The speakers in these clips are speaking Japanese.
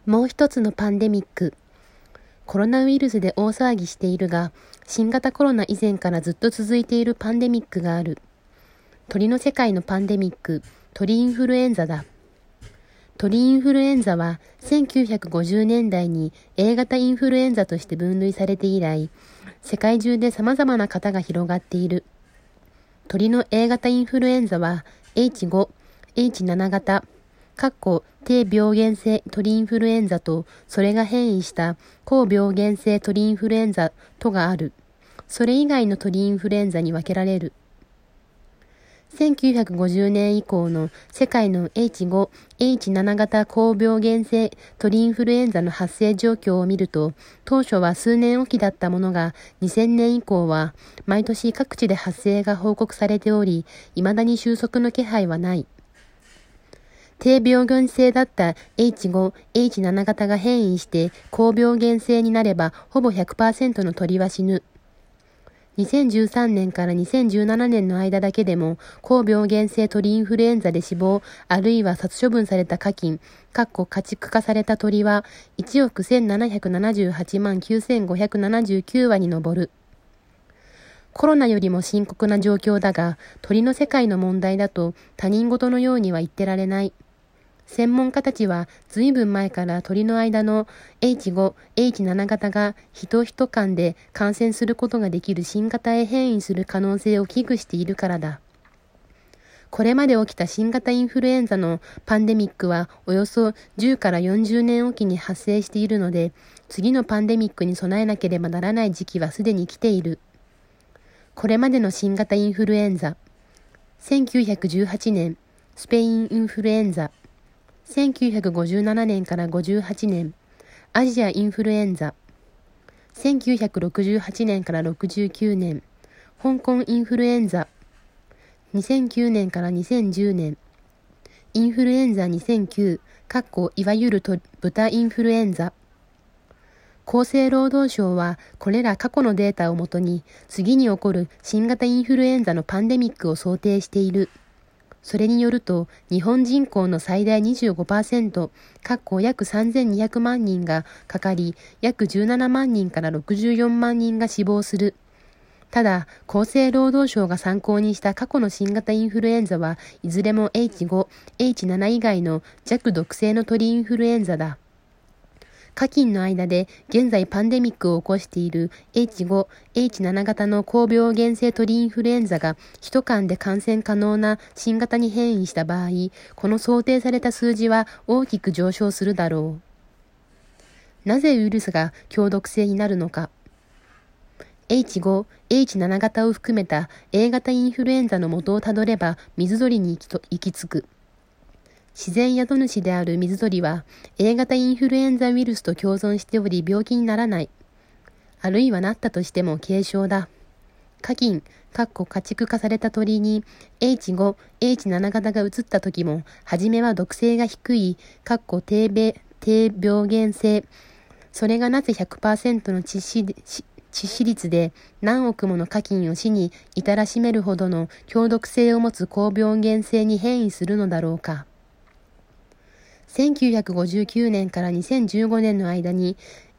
もう一つのパンデミック。コロナウイルスで大騒ぎしているが、新型コロナ以前からずっと続いているパンデミックがある。鳥の世界のパンデミック、鳥インフルエンザだ。鳥インフルエンザは1950年代に A 型インフルエンザとして分類されて以来、世界中で様々な型が広がっている。鳥の A 型インフルエンザは H5、H7 型、低病原性鳥インフルエンザと、それが変異した高病原性鳥インフルエンザとがある。それ以外の鳥インフルエンザに分けられる。1950年以降の世界の H5、H7 型高病原性鳥インフルエンザの発生状況を見ると、当初は数年おきだったものが2000年以降は毎年各地で発生が報告されており、未だに収束の気配はない。低病原性だった H5、H7 型が変異して高病原性になればほぼ 100% の鳥は死ぬ。2013年から2017年の間だけでも高病原性鳥インフルエンザで死亡あるいは殺処分された家禽家畜化された鳥は1億1778万9579羽に上る。コロナよりも深刻な状況だが、鳥の世界の問題だと他人事のようには言ってられない。専門家たちは随分前から鳥の間の H5、H7 型が人間で感染することができる新型へ変異する可能性を危惧しているからだ。これまで起きた新型インフルエンザのパンデミックはおよそ10から40年おきに発生しているので、次のパンデミックに備えなければならない時期はすでに来ている。これまでの新型インフルエンザ、1918年、スペインインフルエンザ、1957年から58年、アジアインフルエンザ、1968年から69年、香港インフルエンザ、2009年から2010年、インフルエンザ2009、いわゆる豚インフルエンザ。厚生労働省はこれら過去のデータをもとに次に起こる新型インフルエンザのパンデミックを想定している。それによると、日本人口の最大 25%、約3200万人がかかり、約17万人から64万人が死亡する。ただ、厚生労働省が参考にした過去の新型インフルエンザはいずれも H5、H7 以外の弱毒性の鳥インフルエンザだ。家禽の間で現在パンデミックを起こしている H5、H7 型の高病原性鳥インフルエンザが人間で感染可能な新型に変異した場合、この想定された数字は大きく上昇するだろう。なぜウイルスが強毒性になるのか。H5、H7 型を含めた A 型インフルエンザの元をたどれば水鳥に行き着く。自然宿主である水鳥は A 型インフルエンザウイルスと共存しており病気にならない。あるいはなったとしても軽症だ。家禽、家畜化された鳥に H5、H7 型が移った時も、はじめは毒性が低い、低病原性。それがなぜ 100% の致死率で何億もの家禽を死に至らしめるほどの強毒性を持つ高病原性に変異するのだろうか。1959年から2015年の間に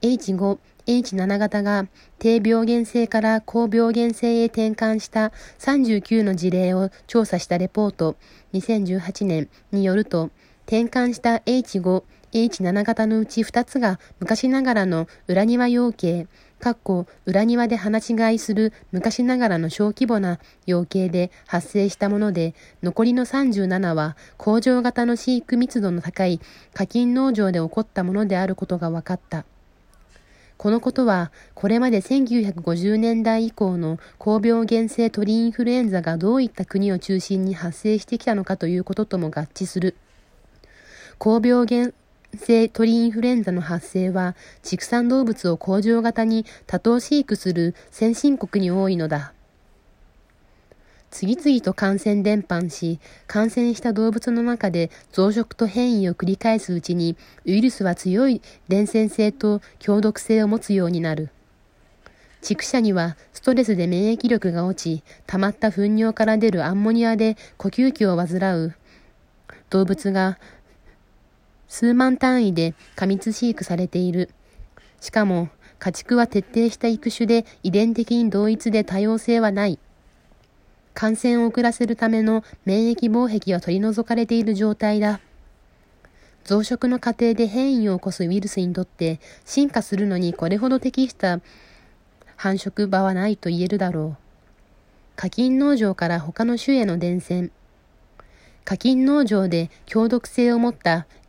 H5、H7 型が低病原性から高病原性へ転換した39の事例を調査したレポート2018年によると、転換した H5、H7 型のうち2つが昔ながらの裏庭養鶏、裏庭で放し飼いする昔ながらの小規模な養鶏で発生したもので、残りの37は工場型の飼育密度の高い家禽農場で起こったものであることが分かった。このことは、これまで1950年代以降の高病原性鳥インフルエンザがどういった国を中心に発生してきたのかということとも合致する。高病原性鳥インフルエンザの発生は、畜産動物を工場型に多頭飼育する先進国に多いのだ。次々と感染伝播し、感染した動物の中で増殖と変異を繰り返すうちに、ウイルスは強い伝染性と強毒性を持つようになる。畜舎にはストレスで免疫力が落ち、溜まった糞尿から出るアンモニアで呼吸器を患う動物が数万単位で過密飼育されている。しかも、家畜は徹底した育種で遺伝的に同一で多様性はない。感染を遅らせるための免疫防壁は取り除かれている状態だ。増殖の過程で変異を起こすウイルスにとって進化するのにこれほど適した繁殖場はないと言えるだろう。家菌農場から他の種への伝染。家菌農場で強毒性を持った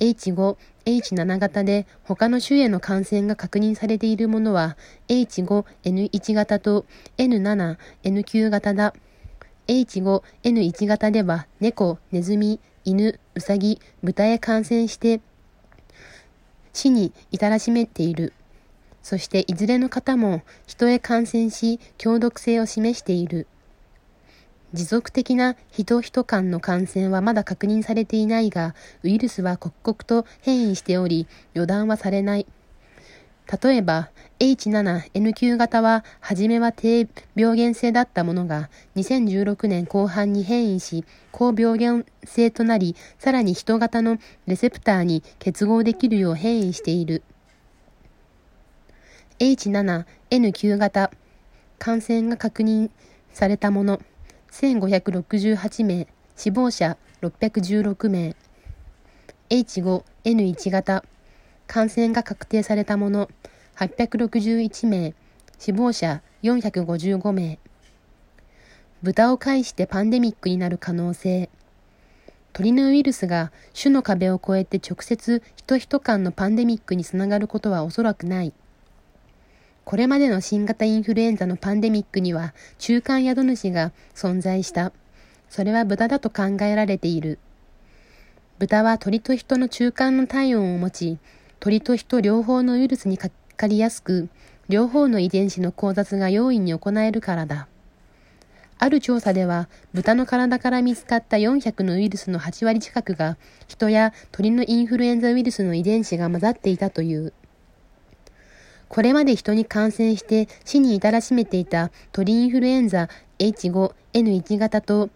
H5、H7 型で他の種への感染が確認されているものは H5N1 型と N7N9 型だ。H5N1 型では猫、ネズミ、犬、ウサギ、豚へ感染して死に至らしめている。そしていずれの方も人へ感染し強毒性を示している。持続的な人々間の感染はまだ確認されていないが、ウイルスは刻々と変異しており、予断はされない。例えば、H7N9 型は、初めは低病原性だったものが、2016年後半に変異し、高病原性となり、さらに人型のレセプターに結合できるよう変異している。H7N9 型、感染が確認されたもの、1568名、死亡者616名。H5N1 型、感染が確定されたもの、861名、死亡者455名。豚を介してパンデミックになる可能性。鳥のウイルスが種の壁を越えて直接人々間のパンデミックにつながることはおそらくない。これまでの新型インフルエンザのパンデミックには中間宿主が存在した。それは豚だと考えられている。豚は鳥と人の中間の体温を持ち、鳥と人両方のウイルスにかかりやすく、両方の遺伝子の交雑が容易に行えるからだ。ある調査では、豚の体から見つかった400のウイルスの8割近くが、人や鳥のインフルエンザウイルスの遺伝子が混ざっていたという。これまで人に感染して死に至らしめていた鳥インフルエンザ H5N1 型と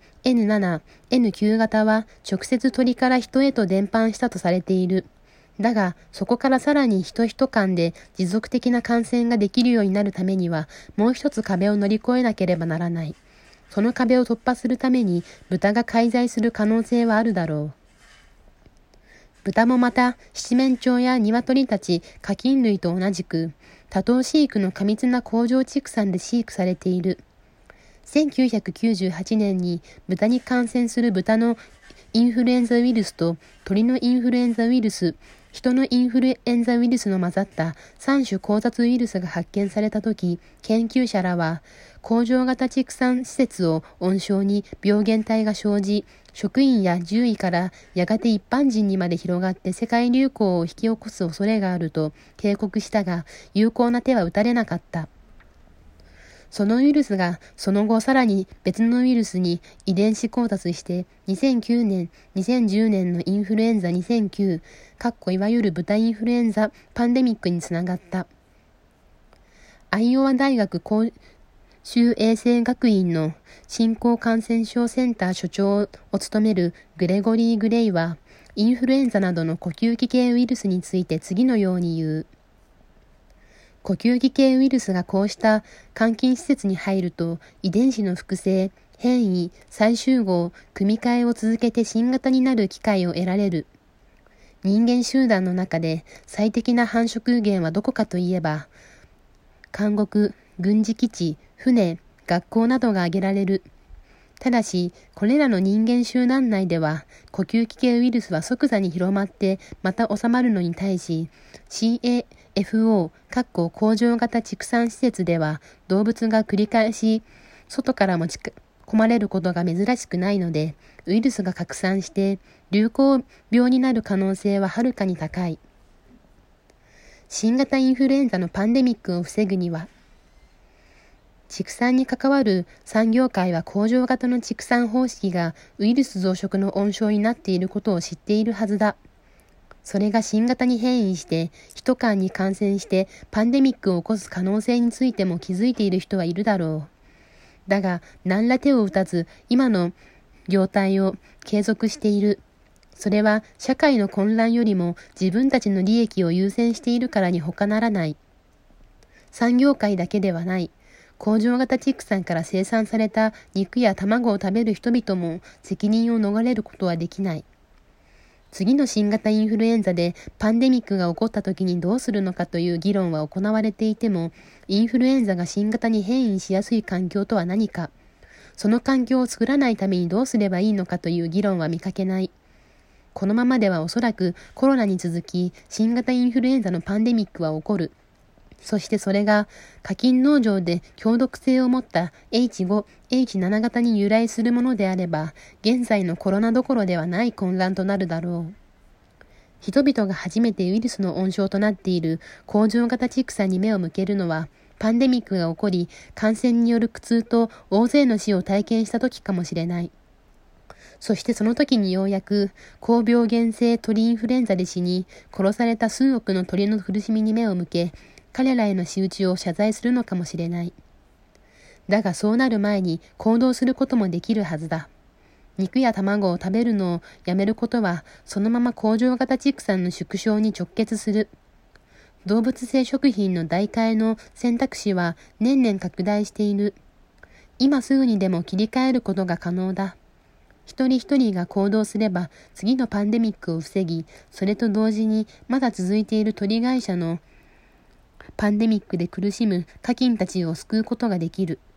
N7N9 型は直接鳥から人へと伝播したとされている。だが、そこからさらに人々間で持続的な感染ができるようになるためには、もう一つ壁を乗り越えなければならない。その壁を突破するために、豚が介在する可能性はあるだろう。豚もまた、七面鳥や鶏たち、家禽類と同じく、多頭飼育の過密な工場畜産で飼育されている。1998年に豚に感染する豚のインフルエンザウイルスと鳥のインフルエンザウイルス、人のインフルエンザウイルスの混ざった3種交雑ウイルスが発見されたとき、研究者らは工場型畜産施設を温床に病原体が生じ、職員や獣医からやがて一般人にまで広がって世界流行を引き起こす恐れがあると警告したが、有効な手は打たれなかった。そのウイルスがその後さらに別のウイルスに遺伝子交雑して2009年、2010年のインフルエンザ2009、いわゆる豚インフルエンザパンデミックにつながった。アイオワ大学公衆衛生学院の新興感染症センター所長を務めるグレゴリー・グレイは、インフルエンザなどの呼吸器系ウイルスについて次のように言う。呼吸器系ウイルスがこうした監禁施設に入ると遺伝子の複製、変異、再集合、組み換えを続けて新型になる機会を得られる。人間集団の中で最適な繁殖源はどこかといえば、監獄、軍事基地、船、学校などが挙げられる。ただし、これらの人間集団内では、呼吸器系ウイルスは即座に広まってまた収まるのに対し、CAFO、工場型畜産施設では動物が繰り返し外から持ち込まれることが珍しくないので、ウイルスが拡散して流行病になる可能性ははるかに高い。新型インフルエンザのパンデミックを防ぐには、畜産に関わる産業界は工場型の畜産方式がウイルス増殖の温床になっていることを知っているはずだ。それが新型に変異して人間に感染してパンデミックを起こす可能性についても気づいている人はいるだろう。だが何ら手を打たず今の業態を継続している。 それは社会の混乱よりも自分たちの利益を優先しているからに他ならない。産業界だけではない。工場型畜産から生産された肉や卵を食べる人々も責任を逃れることはできない。次の新型インフルエンザでパンデミックが起こった時にどうするのかという議論は行われていても、インフルエンザが新型に変異しやすい環境とは何か、その環境を作らないためにどうすればいいのかという議論は見かけない。このままではおそらくコロナに続き新型インフルエンザのパンデミックは起こる。そしてそれが家禽農場で強毒性を持った H5、H7 型に由来するものであれば、現在のコロナどころではない混乱となるだろう。人々が初めてウイルスの温床となっている工場型畜産に目を向けるのは、パンデミックが起こり、感染による苦痛と大勢の死を体験した時かもしれない。そしてその時にようやく、高病原性鳥インフルエンザで死に、殺された数億の鳥の苦しみに目を向け、彼らへの仕打ちを謝罪するのかもしれない。だがそうなる前に行動することもできるはずだ。肉や卵を食べるのをやめることは、そのまま工場型畜産の縮小に直結する。動物性食品の代替の選択肢は年々拡大している。今すぐにでも切り替えることが可能だ。一人一人が行動すれば次のパンデミックを防ぎ、それと同時にまだ続いている鳥会社のパンデミックで苦しむ家禽たちを救うことができる。